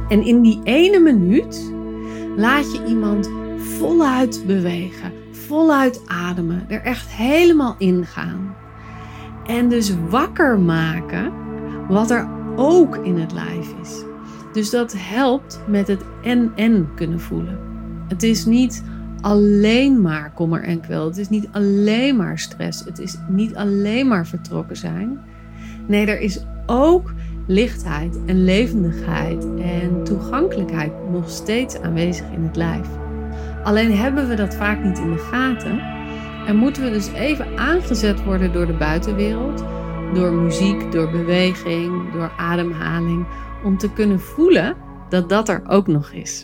En in die ene minuut laat je iemand voluit bewegen, voluit ademen, er echt helemaal ingaan. En dus wakker maken wat er ook in het lijf is. Dus dat helpt met het en kunnen voelen. Het is niet alleen maar kommer en kwel. Het is niet alleen maar stress. Het is niet alleen maar vertrokken zijn. Nee, er is ook lichtheid en levendigheid en toegankelijkheid nog steeds aanwezig in het lijf. Alleen hebben we dat vaak niet in de gaten en moeten we dus even aangezet worden door de buitenwereld, door muziek, door beweging, door ademhaling, om te kunnen voelen dat dat er ook nog is.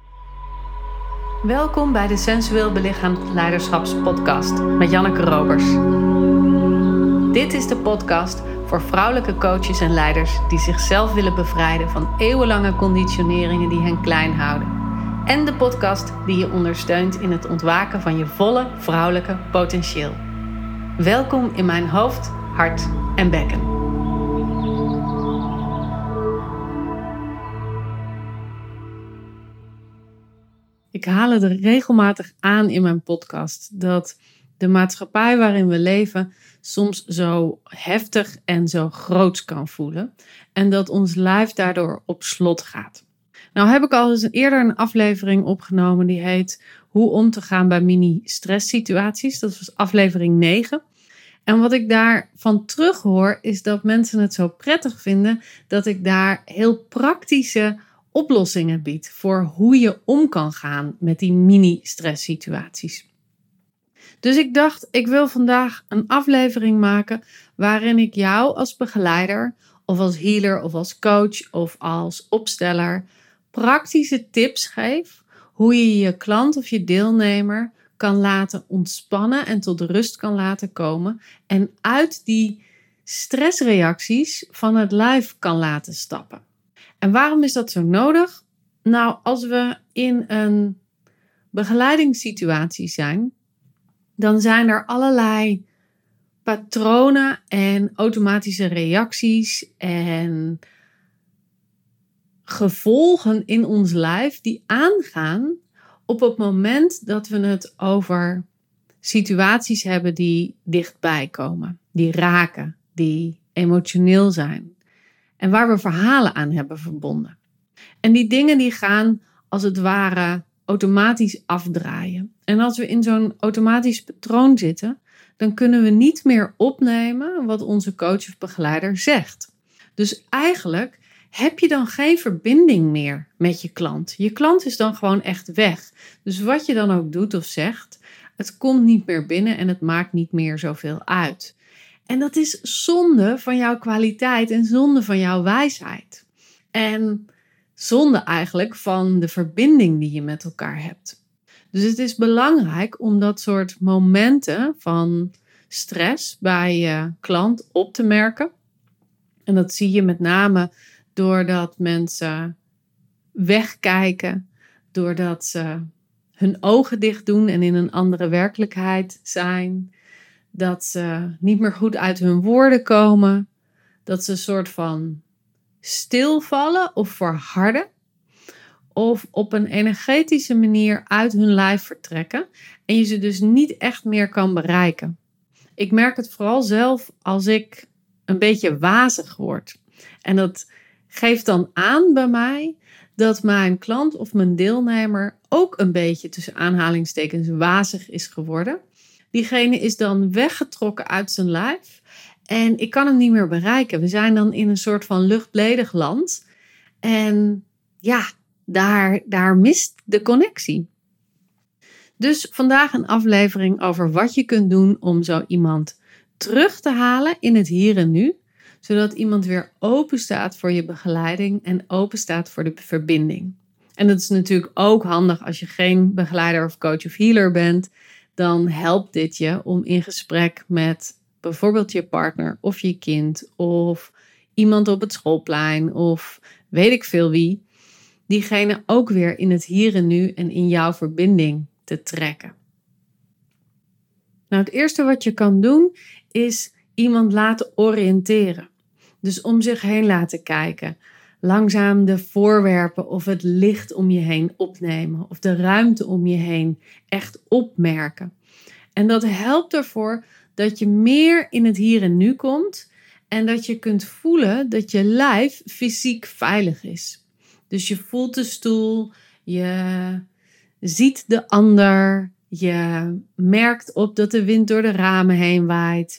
Welkom bij de Sensueel Belichaamd Leiderschapspodcast met Janneke Robers. Dit is de podcast voor vrouwelijke coaches en leiders die zichzelf willen bevrijden van eeuwenlange conditioneringen die hen klein houden. En de podcast die je ondersteunt in het ontwaken van je volle vrouwelijke potentieel. Welkom in mijn hoofd, hart en bekken. Ik haal het regelmatig aan in mijn podcast dat de maatschappij waarin we leven soms zo heftig en zo groots kan voelen. En dat ons lijf daardoor op slot gaat. Nou heb ik al eens eerder een aflevering opgenomen die heet Hoe om te gaan bij mini-stresssituaties. Dat was aflevering 9. En wat ik daarvan terughoor is dat mensen het zo prettig vinden dat ik daar heel praktische oplossingen bied voor hoe je om kan gaan met die mini-stresssituaties. Dus ik dacht, ik wil vandaag een aflevering maken waarin ik jou als begeleider of als healer of als coach of als opsteller praktische tips geef hoe je je klant of je deelnemer kan laten ontspannen en tot rust kan laten komen en uit die stressreacties van het lijf kan laten stappen. En waarom is dat zo nodig? Nou, als we in een begeleidingssituatie zijn, dan zijn er allerlei patronen en automatische reacties en gevolgen in ons lijf die aangaan op het moment dat we het over situaties hebben die dichtbij komen, die raken, die emotioneel zijn en waar we verhalen aan hebben verbonden. En die dingen die gaan als het ware automatisch afdraaien. En als we in zo'n automatisch patroon zitten, dan kunnen we niet meer opnemen wat onze coach of begeleider zegt. Dus eigenlijk heb je dan geen verbinding meer met je klant. Je klant is dan gewoon echt weg. Dus wat je dan ook doet of zegt, het komt niet meer binnen en het maakt niet meer zoveel uit. En dat is zonde van jouw kwaliteit en zonde van jouw wijsheid. En zonde eigenlijk van de verbinding die je met elkaar hebt. Dus het is belangrijk om dat soort momenten van stress bij je klant op te merken. En dat zie je met name doordat mensen wegkijken, doordat ze hun ogen dicht doen en in een andere werkelijkheid zijn, dat ze niet meer goed uit hun woorden komen, dat ze een soort van stilvallen of verharden of op een energetische manier uit hun lijf vertrekken en je ze dus niet echt meer kan bereiken. Ik merk het vooral zelf als ik een beetje wazig word. En dat geeft dan aan bij mij dat mijn klant of mijn deelnemer ook een beetje tussen aanhalingstekens wazig is geworden. Diegene is dan weggetrokken uit zijn lijf en ik kan hem niet meer bereiken. We zijn dan in een soort van luchtledig land en ja, daar mist de connectie. Dus vandaag een aflevering over wat je kunt doen om zo iemand terug te halen in het hier en nu, zodat iemand weer open staat voor je begeleiding en open staat voor de verbinding. En dat is natuurlijk ook handig als je geen begeleider of coach of healer bent. Dan helpt dit je om in gesprek met bijvoorbeeld je partner of je kind of iemand op het schoolplein of weet ik veel wie, diegene ook weer in het hier en nu en in jouw verbinding te trekken. Nou, het eerste wat je kan doen is iemand laten oriënteren. Dus om zich heen laten kijken. langzaam de voorwerpen of het licht om je heen opnemen. Of de ruimte om je heen echt opmerken. En dat helpt ervoor dat je meer in het hier en nu komt. En dat je kunt voelen dat je lijf fysiek veilig is. Dus je voelt de stoel, je ziet de ander, je merkt op dat de wind door de ramen heen waait.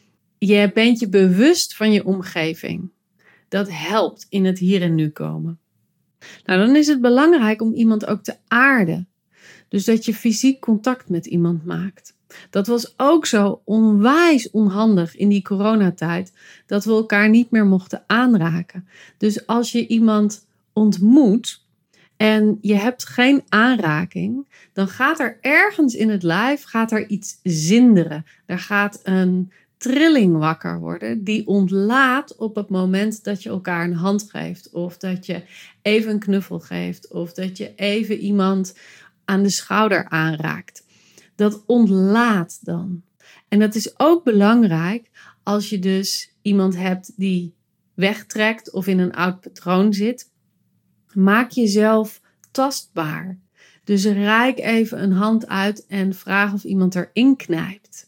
Je bent je bewust van je omgeving. Dat helpt in het hier en nu komen. Nou, dan is het belangrijk om iemand ook te aarden. Dus dat je fysiek contact met iemand maakt. Dat was ook zo onwijs onhandig in die coronatijd, dat we elkaar niet meer mochten aanraken. Dus als je iemand ontmoet en je hebt geen aanraking, dan gaat er ergens in het lijf iets zinderen. Er gaat een trilling wakker worden die ontlaat op het moment dat je elkaar een hand geeft. Of dat je even een knuffel geeft. Of dat je even iemand aan de schouder aanraakt. Dat ontlaat dan. En dat is ook belangrijk als je dus iemand hebt die wegtrekt of in een oud patroon zit. Maak jezelf tastbaar. Dus reik even een hand uit en vraag of iemand erin knijpt.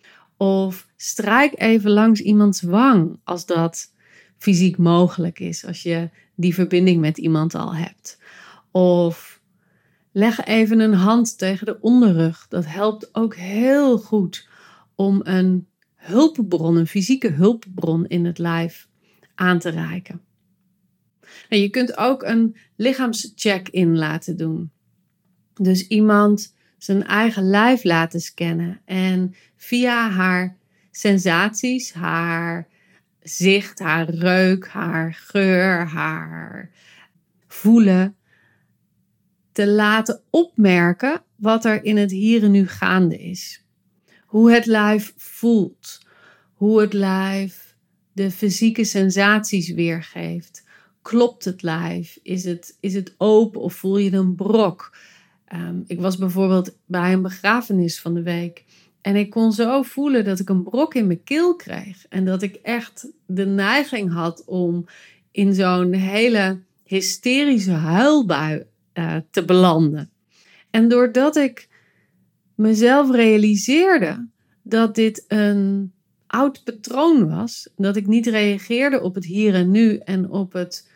Of strijk even langs iemands wang als dat fysiek mogelijk is. Als je die verbinding met iemand al hebt. Of leg even een hand tegen de onderrug. Dat helpt ook heel goed om een hulpbron, een fysieke hulpbron in het lijf aan te reiken. En je kunt ook een lichaamscheck-in laten doen. Dus iemand zijn eigen lijf laten scannen. En via haar sensaties, haar zicht, haar reuk, haar geur, haar voelen, te laten opmerken wat er in het hier en nu gaande is. Hoe het lijf voelt. Hoe het lijf de fysieke sensaties weergeeft. Klopt het lijf? Is het open of voel je een brok? Ik was bijvoorbeeld bij een begrafenis van de week. En ik kon zo voelen dat ik een brok in mijn keel kreeg. En dat ik echt de neiging had om in zo'n hele hysterische huilbui te belanden. En doordat ik mezelf realiseerde dat dit een oud patroon was. Dat ik niet reageerde op het hier en nu en op het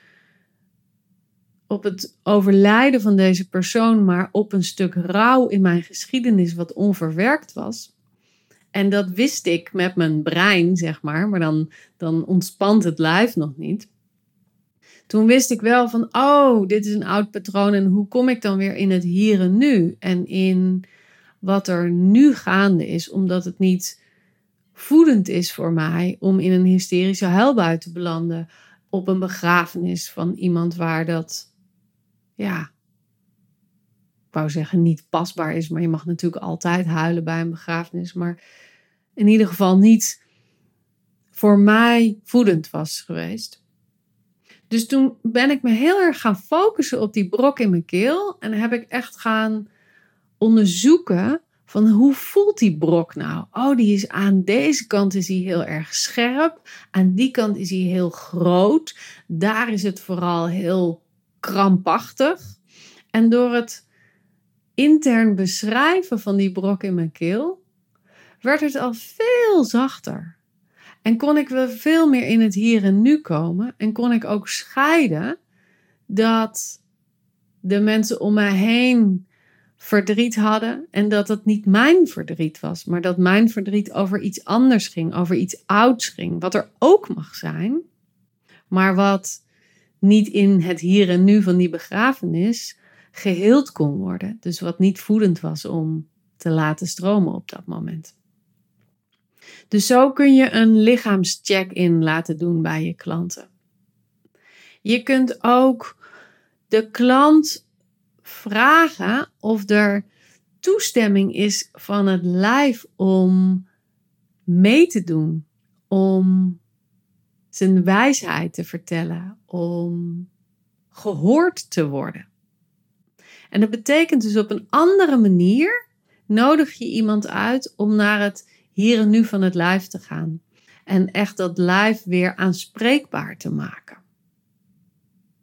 overlijden van deze persoon, maar op een stuk rouw in mijn geschiedenis wat onverwerkt was. En dat wist ik met mijn brein, zeg maar dan ontspant het lijf nog niet. Toen wist ik wel van, dit is een oud patroon en hoe kom ik dan weer in het hier en nu? En in wat er nu gaande is, omdat het niet voedend is voor mij om in een hysterische huilbui te belanden op een begrafenis van iemand waar dat, ik wou zeggen niet pasbaar is, maar je mag natuurlijk altijd huilen bij een begrafenis, maar in ieder geval niet voor mij voedend was geweest. Dus toen ben ik me heel erg gaan focussen op die brok in mijn keel en heb ik echt gaan onderzoeken van hoe voelt die brok nou? Die is aan deze kant is hij heel erg scherp, aan die kant is hij heel groot, daar is het vooral heel krampachtig. En door het intern beschrijven van die brok in mijn keel, werd het al veel zachter. En kon ik wel veel meer in het hier en nu komen. En kon ik ook scheiden dat de mensen om mij heen verdriet hadden. En dat het niet mijn verdriet was. Maar dat mijn verdriet over iets anders ging. Over iets ouds ging. Wat er ook mag zijn. Maar wat niet in het hier en nu van die begrafenis geheeld kon worden. Dus wat niet voedend was om te laten stromen op dat moment. Dus zo kun je een lichaamscheck-in laten doen bij je klanten. Je kunt ook de klant vragen of er toestemming is van het lijf om mee te doen. Om zijn wijsheid te vertellen. Om gehoord te worden. En dat betekent dus op een andere manier nodig je iemand uit om naar het hier en nu van het lijf te gaan. En echt dat lijf weer aanspreekbaar te maken.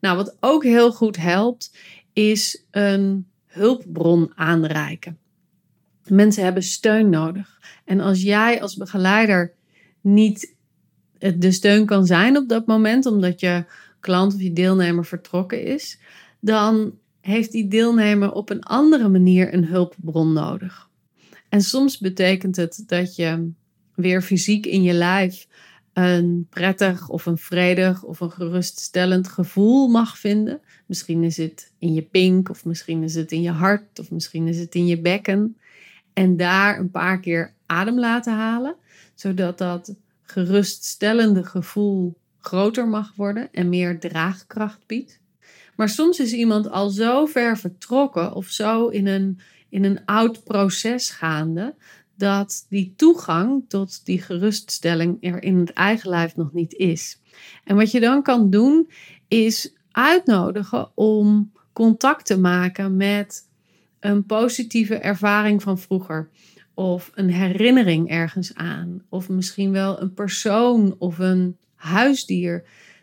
Nou, wat ook heel goed helpt, is een hulpbron aanreiken. Mensen hebben steun nodig. En als jij als begeleider niet de steun kan zijn op dat moment, omdat je klant of je deelnemer vertrokken is, dan heeft die deelnemer op een andere manier een hulpbron nodig. En soms betekent het dat je weer fysiek in je lijf een prettig of een vredig of een geruststellend gevoel mag vinden. Misschien is het in je pink, of misschien is het in je hart, of misschien is het in je bekken. En daar een paar keer adem laten halen, zodat dat geruststellende gevoel groter mag worden en meer draagkracht biedt. Maar soms is iemand al zo ver vertrokken of zo in een oud proces gaande, dat die toegang tot die geruststelling er in het eigen lijf nog niet is. En wat je dan kan doen, is uitnodigen om contact te maken met een positieve ervaring van vroeger. Of een herinnering ergens aan. Of misschien wel een persoon of een huisdier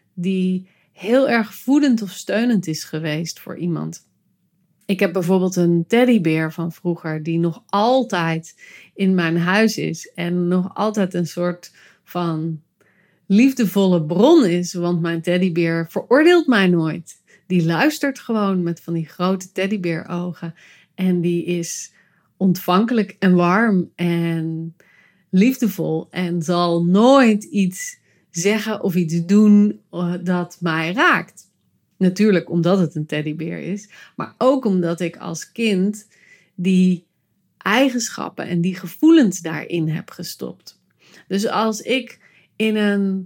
die heel erg voedend of steunend is geweest voor iemand. Ik heb bijvoorbeeld een teddybeer van vroeger die nog altijd in mijn huis is. En nog altijd een soort van liefdevolle bron is. Want mijn teddybeer veroordeelt mij nooit. Die luistert gewoon met van die grote teddybeerogen. En die is ontvankelijk en warm en liefdevol. En zal nooit iets zeggen of iets doen dat mij raakt. Natuurlijk omdat het een teddybeer is. Maar ook omdat ik als kind die eigenschappen en die gevoelens daarin heb gestopt. Dus als ik in een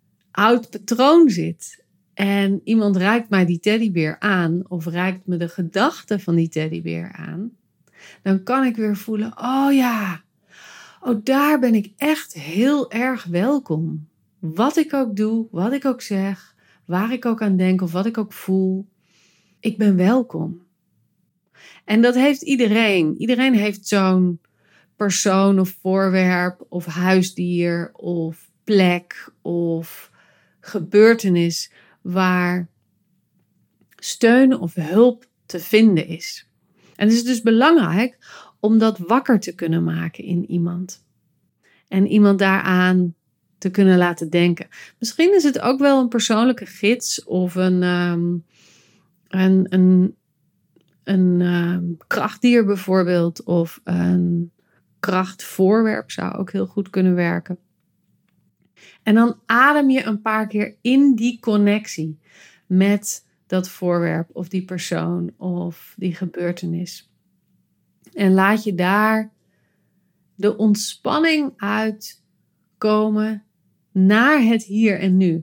oud patroon zit en iemand reikt mij die teddybeer aan of reikt me de gedachte van die teddybeer aan, dan kan ik weer voelen, oh ja, oh daar ben ik echt heel erg welkom. Wat ik ook doe, wat ik ook zeg, waar ik ook aan denk of wat ik ook voel, ik ben welkom. En dat heeft iedereen. Iedereen heeft zo'n persoon of voorwerp of huisdier of plek of gebeurtenis waar steun of hulp te vinden is. En het is dus belangrijk om dat wakker te kunnen maken in iemand. En iemand daaraan te kunnen laten denken. Misschien is het ook wel een persoonlijke gids of een krachtdier bijvoorbeeld. Of een krachtvoorwerp zou ook heel goed kunnen werken. En dan adem je een paar keer in die connectie met dat voorwerp of die persoon of die gebeurtenis. En laat je daar de ontspanning uitkomen naar het hier en nu.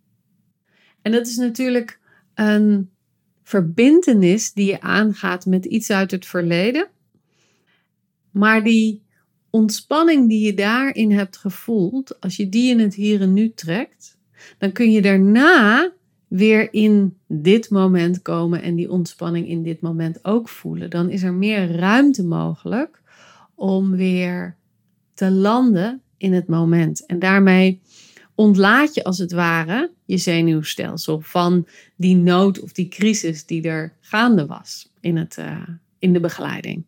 En dat is natuurlijk een verbintenis die je aangaat met iets uit het verleden. Maar die ontspanning die je daarin hebt gevoeld, als je die in het hier en nu trekt, dan kun je daarna weer in dit moment komen en die ontspanning in dit moment ook voelen. Dan is er meer ruimte mogelijk om weer te landen in het moment. En daarmee ontlaat je als het ware je zenuwstelsel van die nood of die crisis die er gaande was in de begeleiding.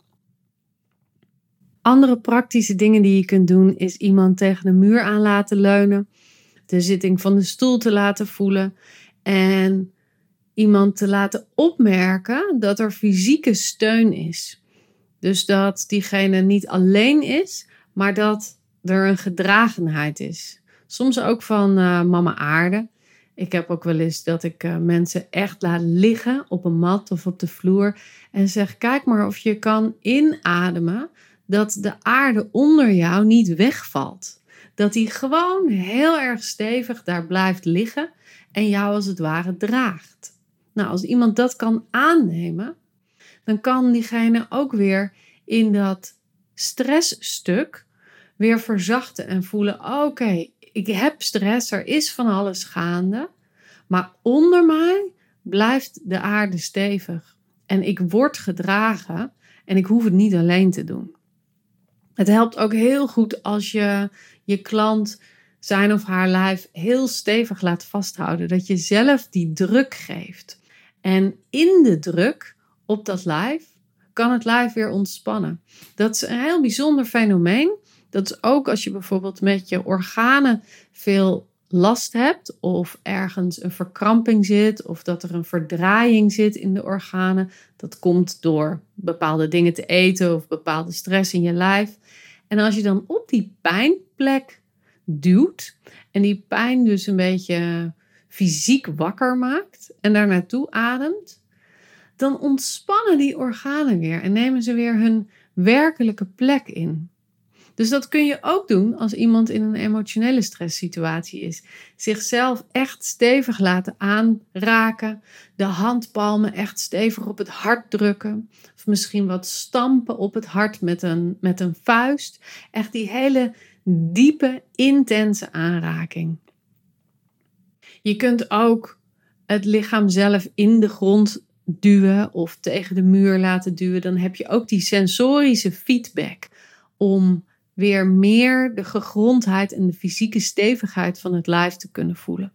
Andere praktische dingen die je kunt doen is iemand tegen de muur aan laten leunen, de zitting van de stoel te laten voelen en iemand te laten opmerken dat er fysieke steun is. Dus dat diegene niet alleen is, maar dat er een gedragenheid is. Soms ook van mama aarde. Ik heb ook wel eens dat ik mensen echt laat liggen op een mat of op de vloer en zeg, kijk maar of je kan inademen dat de aarde onder jou niet wegvalt. Dat die gewoon heel erg stevig daar blijft liggen en jou als het ware draagt. Nou, als iemand dat kan aannemen, dan kan diegene ook weer in dat stressstuk weer verzachten en voelen, oké, ik heb stress, er is van alles gaande, maar onder mij blijft de aarde stevig. En ik word gedragen en ik hoef het niet alleen te doen. Het helpt ook heel goed als je je klant zijn of haar lijf heel stevig laat vasthouden. Dat je zelf die druk geeft. En in de druk op dat lijf kan het lijf weer ontspannen. Dat is een heel bijzonder fenomeen. Dat is ook als je bijvoorbeeld met je organen veel last hebt of ergens een verkramping zit of dat er een verdraaiing zit in de organen. Dat komt door bepaalde dingen te eten of bepaalde stress in je lijf. En als je dan op die pijnplek duwt en die pijn dus een beetje fysiek wakker maakt en daar naartoe ademt, dan ontspannen die organen weer en nemen ze weer hun werkelijke plek in. Dus dat kun je ook doen als iemand in een emotionele stresssituatie is. Zichzelf echt stevig laten aanraken. De handpalmen echt stevig op het hart drukken. Of misschien wat stampen op het hart met een vuist. Echt die hele diepe, intense aanraking. Je kunt ook het lichaam zelf in de grond duwen of tegen de muur laten duwen. Dan heb je ook die sensorische feedback om weer meer de gegrondheid en de fysieke stevigheid van het lijf te kunnen voelen.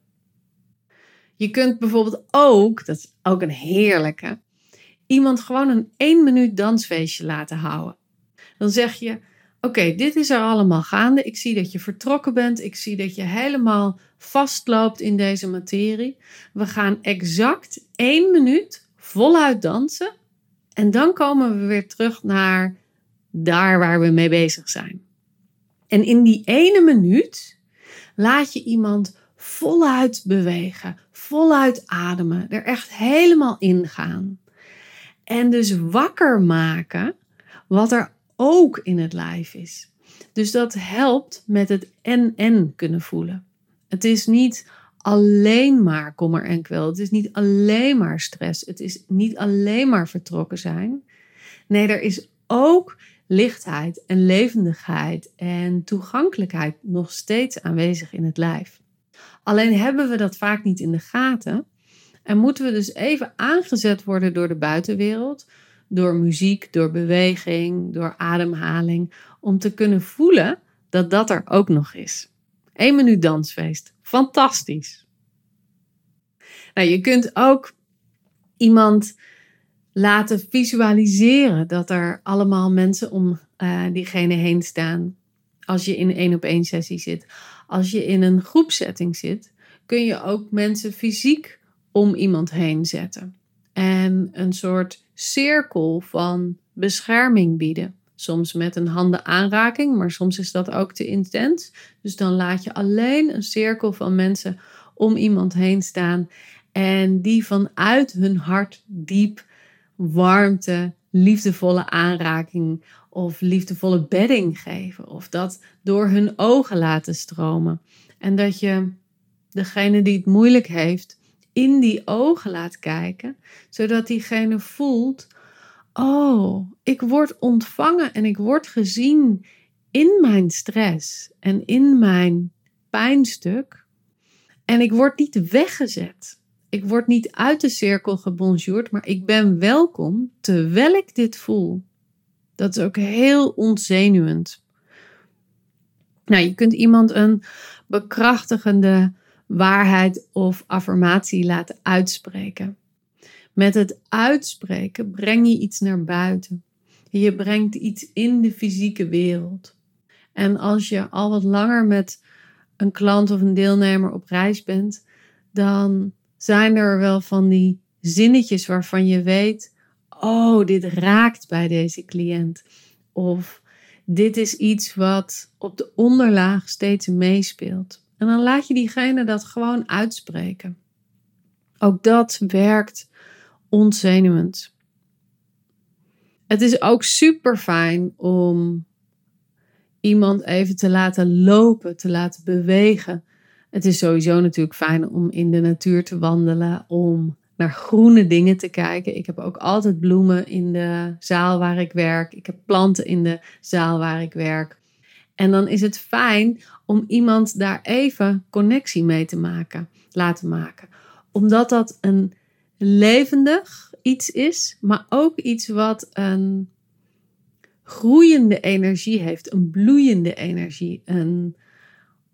Je kunt bijvoorbeeld ook, dat is ook een heerlijke, iemand gewoon een 1 minuut dansfeestje laten houden. Dan zeg je, oké, dit is er allemaal gaande. Ik zie dat je vertrokken bent. Ik zie dat je helemaal vastloopt in deze materie. We gaan exact 1 minuut voluit dansen. En dan komen we weer terug naar daar waar we mee bezig zijn. En in die 1 minuut laat je iemand voluit bewegen, voluit ademen, er echt helemaal ingaan. En dus wakker maken wat er ook in het lijf is. Dus dat helpt met het en kunnen voelen. Het is niet alleen maar kommer en kwel. Het is niet alleen maar stress. Het is niet alleen maar vertrokken zijn. Nee, er is ook lichtheid en levendigheid en toegankelijkheid nog steeds aanwezig in het lijf. Alleen hebben we dat vaak niet in de gaten en moeten we dus even aangezet worden door de buitenwereld, door muziek, door beweging, door ademhaling, om te kunnen voelen dat dat er ook nog is. 1 minuut dansfeest. Fantastisch. Nou, je kunt ook iemand laten visualiseren dat er allemaal mensen om diegene heen staan. Als je in een 1-op-1 sessie zit. Als je in een groepsetting zit, kun je ook mensen fysiek om iemand heen zetten. En een soort cirkel van bescherming bieden. Soms met een handenaanraking, maar soms is dat ook te intens. Dus dan laat je alleen een cirkel van mensen om iemand heen staan. En die vanuit hun hart diep warmte, liefdevolle aanraking of liefdevolle bedding geven. Of dat door hun ogen laten stromen. En dat je degene die het moeilijk heeft in die ogen laat kijken. Zodat diegene voelt, oh, ik word ontvangen en ik word gezien in mijn stress en in mijn pijnstuk. En ik word niet weggezet. Ik word niet uit de cirkel gebonjourd, maar ik ben welkom terwijl ik dit voel. Dat is ook heel ontzenuwend. Nou, je kunt iemand een bekrachtigende waarheid of affirmatie laten uitspreken. Met het uitspreken breng je iets naar buiten. Je brengt iets in de fysieke wereld. En als je al wat langer met een klant of een deelnemer op reis bent, dan zijn er wel van die zinnetjes waarvan je weet, oh, dit raakt bij deze cliënt. Of dit is iets wat op de onderlaag steeds meespeelt. En dan laat je diegene dat gewoon uitspreken. Ook dat werkt ontzenuwend. Het is ook super fijn om iemand even te laten lopen, te laten bewegen. Het is sowieso natuurlijk fijn om in de natuur te wandelen, om naar groene dingen te kijken. Ik heb ook altijd bloemen in de zaal waar ik werk. Ik heb planten in de zaal waar ik werk. En dan is het fijn om iemand daar even connectie mee te laten maken. Omdat dat een levendig iets is, maar ook iets wat een groeiende energie heeft, een bloeiende energie, een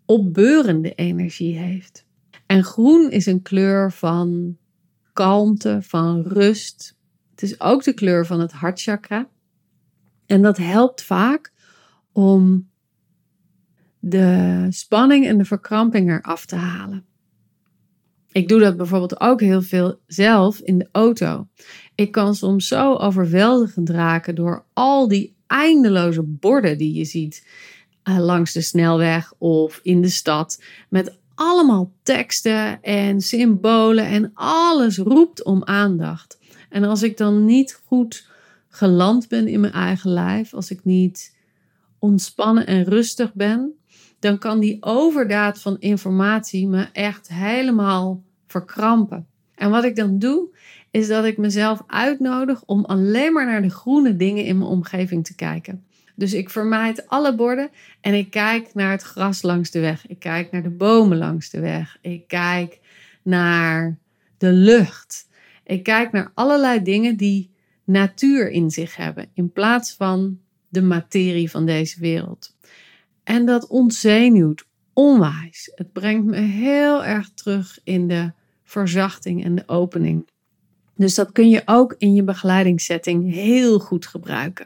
opbeurende energie heeft. En groen is een kleur van kalmte, van rust. Het is ook de kleur van het hartchakra. En dat helpt vaak om de spanning en de verkramping eraf te halen. Ik doe dat bijvoorbeeld ook heel veel zelf in de auto. Ik kan soms zo overweldigend raken door al die eindeloze borden die je ziet langs de snelweg of in de stad. Met allemaal teksten en symbolen en alles roept om aandacht. En als ik dan niet goed geland ben in mijn eigen lijf, als ik niet ontspannen en rustig ben, dan kan die overdaad van informatie me echt helemaal verkrampen. En wat ik dan doe, is dat ik mezelf uitnodig om alleen maar naar de groene dingen in mijn omgeving te kijken. Dus ik vermijd alle borden en ik kijk naar het gras langs de weg. Ik kijk naar de bomen langs de weg. Ik kijk naar de lucht. Ik kijk naar allerlei dingen die natuur in zich hebben, in plaats van de materie van deze wereld. En dat ontzenuwt onwijs. Het brengt me heel erg terug in de verzachting en de opening. Dus dat kun je ook in je begeleidingssetting heel goed gebruiken.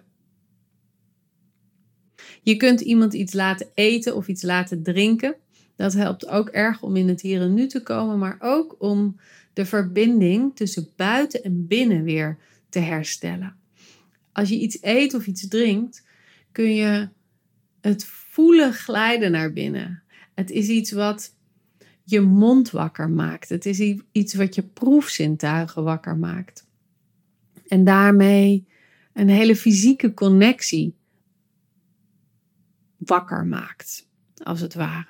Je kunt iemand iets laten eten of iets laten drinken. Dat helpt ook erg om in het hier en nu te komen, maar ook om de verbinding tussen buiten en binnen weer te herstellen. Als je iets eet of iets drinkt, kun je het voelen glijden naar binnen. Het is iets wat je mond wakker maakt. Het is iets wat je proefzintuigen wakker maakt. En daarmee een hele fysieke connectie wakker maakt, als het ware.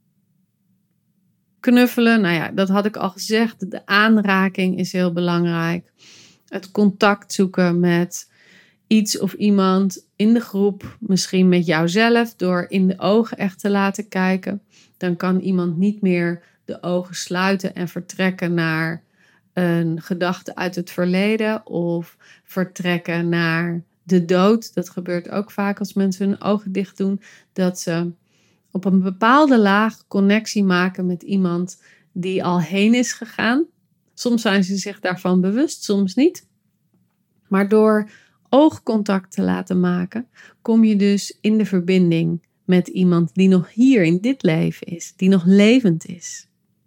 Knuffelen, nou ja, dat had ik al gezegd. De aanraking is heel belangrijk. Het contact zoeken met iets of iemand in de groep, misschien met jouzelf, door in de ogen echt te laten kijken. Dan kan iemand niet meer de ogen sluiten en vertrekken naar een gedachte uit het verleden of vertrekken naar de dood. Dat gebeurt ook vaak als mensen hun ogen dicht doen, dat ze op een bepaalde laag connectie maken met iemand die al heen is gegaan. Soms zijn ze zich daarvan bewust, soms niet. Maar door oogcontact te laten maken, kom je dus in de verbinding met iemand die nog hier in dit leven is, die nog levend is.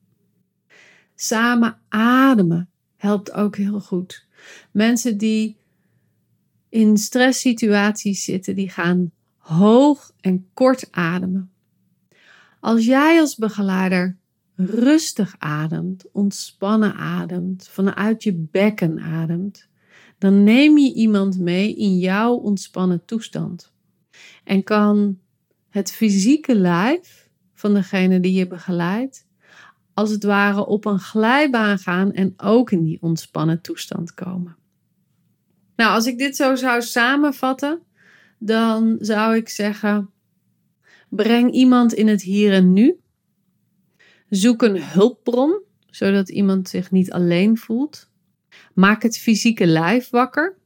Samen ademen helpt ook heel goed. Mensen die in stresssituaties zitten, die gaan hoog en kort ademen. Als jij als begeleider rustig ademt, ontspannen ademt, vanuit je bekken ademt, dan neem je iemand mee in jouw ontspannen toestand. En kan het fysieke lijf van degene die je begeleidt, als het ware op een glijbaan gaan en ook in die ontspannen toestand komen. Nou, als ik dit zo zou samenvatten, dan zou ik zeggen, breng iemand in het hier en nu. Zoek een hulpbron, zodat iemand zich niet alleen voelt. Maak het fysieke lijf wakker.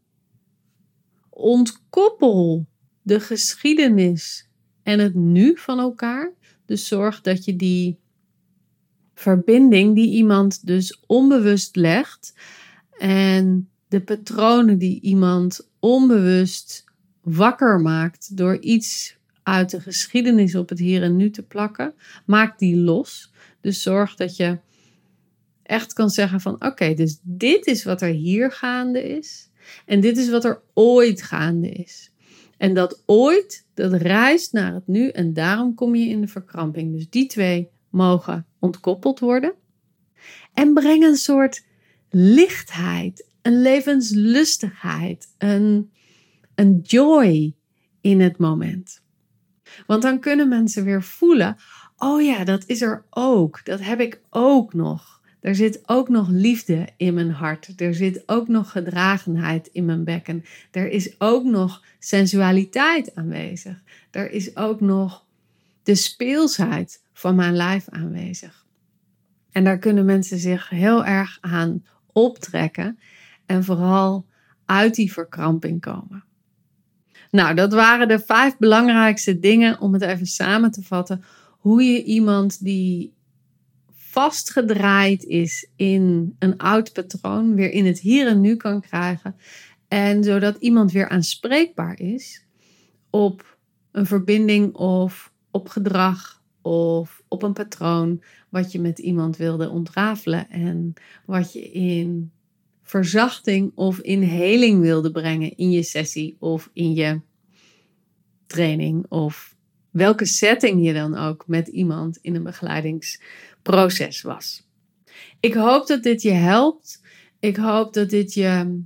Ontkoppel de geschiedenis en het nu van elkaar. Dus zorg dat je die verbinding die iemand dus onbewust legt en de patronen die iemand onbewust wakker maakt door iets uit de geschiedenis op het hier en nu te plakken, maak die los. Dus zorg dat je echt kan zeggen van oké, dus dit is wat er hier gaande is en dit is wat er ooit gaande is. En dat ooit, dat reist naar het nu en daarom kom je in de verkramping. Dus die twee mogen ontkoppeld worden. En breng een soort lichtheid, een levenslustigheid, een joy in het moment. Want dan kunnen mensen weer voelen, oh ja, dat is er ook. Dat heb ik ook nog. Er zit ook nog liefde in mijn hart. Er zit ook nog gedragenheid in mijn bekken. Er is ook nog sensualiteit aanwezig. Er is ook nog de speelsheid van mijn lijf aanwezig. En daar kunnen mensen zich heel erg aan optrekken en vooral uit die verkramping komen. Nou, dat waren de 5 belangrijkste dingen om het even samen te vatten. hoe je iemand die vastgedraaid is in een oud patroon weer in het hier en nu kan krijgen. En zodat iemand weer aanspreekbaar is op een verbinding of op gedrag of op een patroon wat je met iemand wilde ontrafelen en wat je in verzachting of in heling wilde brengen in je sessie of in je training of welke setting je dan ook met iemand in een begeleidingsproces was. Ik hoop dat dit je helpt. Ik hoop dat dit je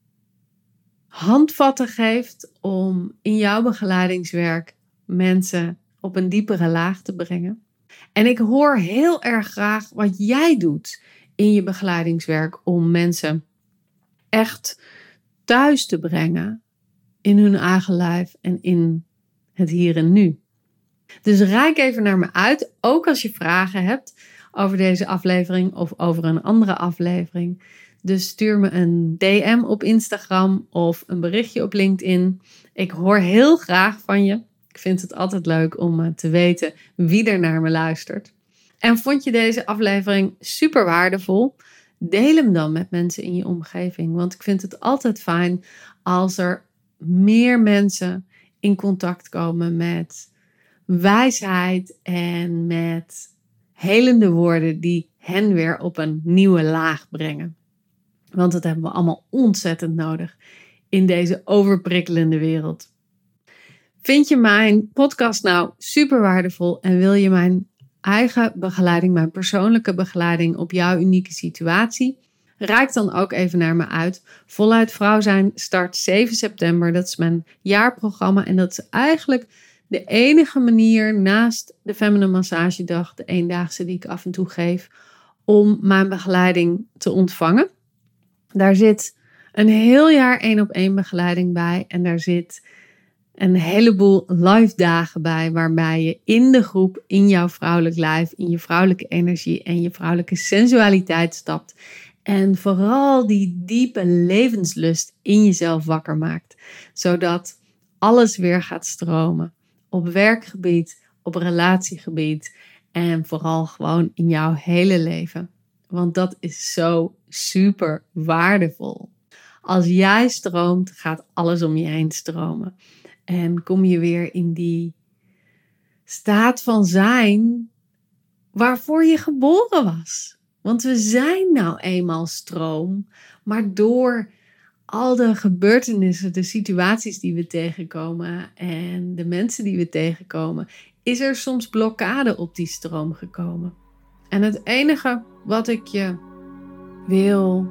handvatten geeft om in jouw begeleidingswerk mensen op een diepere laag te brengen. En ik hoor heel erg graag wat jij doet in je begeleidingswerk om mensen echt thuis te brengen in hun eigen lijf en in het hier en nu. Dus reik even naar me uit, ook als je vragen hebt over deze aflevering of over een andere aflevering. Dus stuur me een DM op Instagram of een berichtje op LinkedIn. Ik hoor heel graag van je. Ik vind het altijd leuk om te weten wie er naar me luistert. En vond je deze aflevering super waardevol? Deel hem dan met mensen in je omgeving. Want ik vind het altijd fijn als er meer mensen in contact komen met wijsheid en met helende woorden die hen weer op een nieuwe laag brengen. Want dat hebben we allemaal ontzettend nodig in deze overprikkelende wereld. Vind je mijn podcast nou super waardevol en wil je mijn eigen begeleiding, mijn persoonlijke begeleiding op jouw unieke situatie? Reik dan ook even naar me uit. Voluit Vrouw Zijn start 7 september. Dat is mijn jaarprogramma en dat is eigenlijk de enige manier naast de Feminine Massagedag, de eendaagse die ik af en toe geef, om mijn begeleiding te ontvangen. Daar zit een heel jaar 1-op-1 begeleiding bij en daar zit een heleboel live dagen bij, waarbij je in de groep, in jouw vrouwelijk lijf, in je vrouwelijke energie en je vrouwelijke sensualiteit stapt. En vooral die diepe levenslust in jezelf wakker maakt. Zodat alles weer gaat stromen. Op werkgebied, op relatiegebied en vooral gewoon in jouw hele leven. Want dat is zo super waardevol. Als jij stroomt, gaat alles om je heen stromen. En kom je weer in die staat van zijn waarvoor je geboren was. Want we zijn nou eenmaal stroom, maar door al de gebeurtenissen, de situaties die we tegenkomen en de mensen die we tegenkomen, is er soms blokkade op die stroom gekomen. En het enige wat ik je wil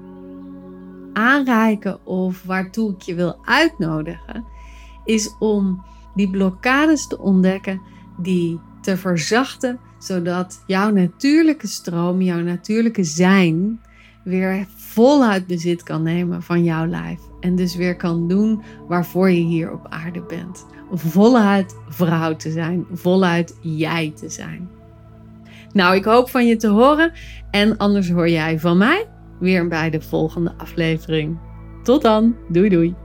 aanreiken of waartoe ik je wil uitnodigen, is om die blokkades te ontdekken, die te verzachten, zodat jouw natuurlijke stroom, jouw natuurlijke zijn, weer voluit bezit kan nemen van jouw lijf. En dus weer kan doen waarvoor je hier op aarde bent. Voluit vrouw te zijn, voluit jij te zijn. Nou, ik hoop van je te horen en anders hoor jij van mij weer bij de volgende aflevering. Tot dan, doei doei.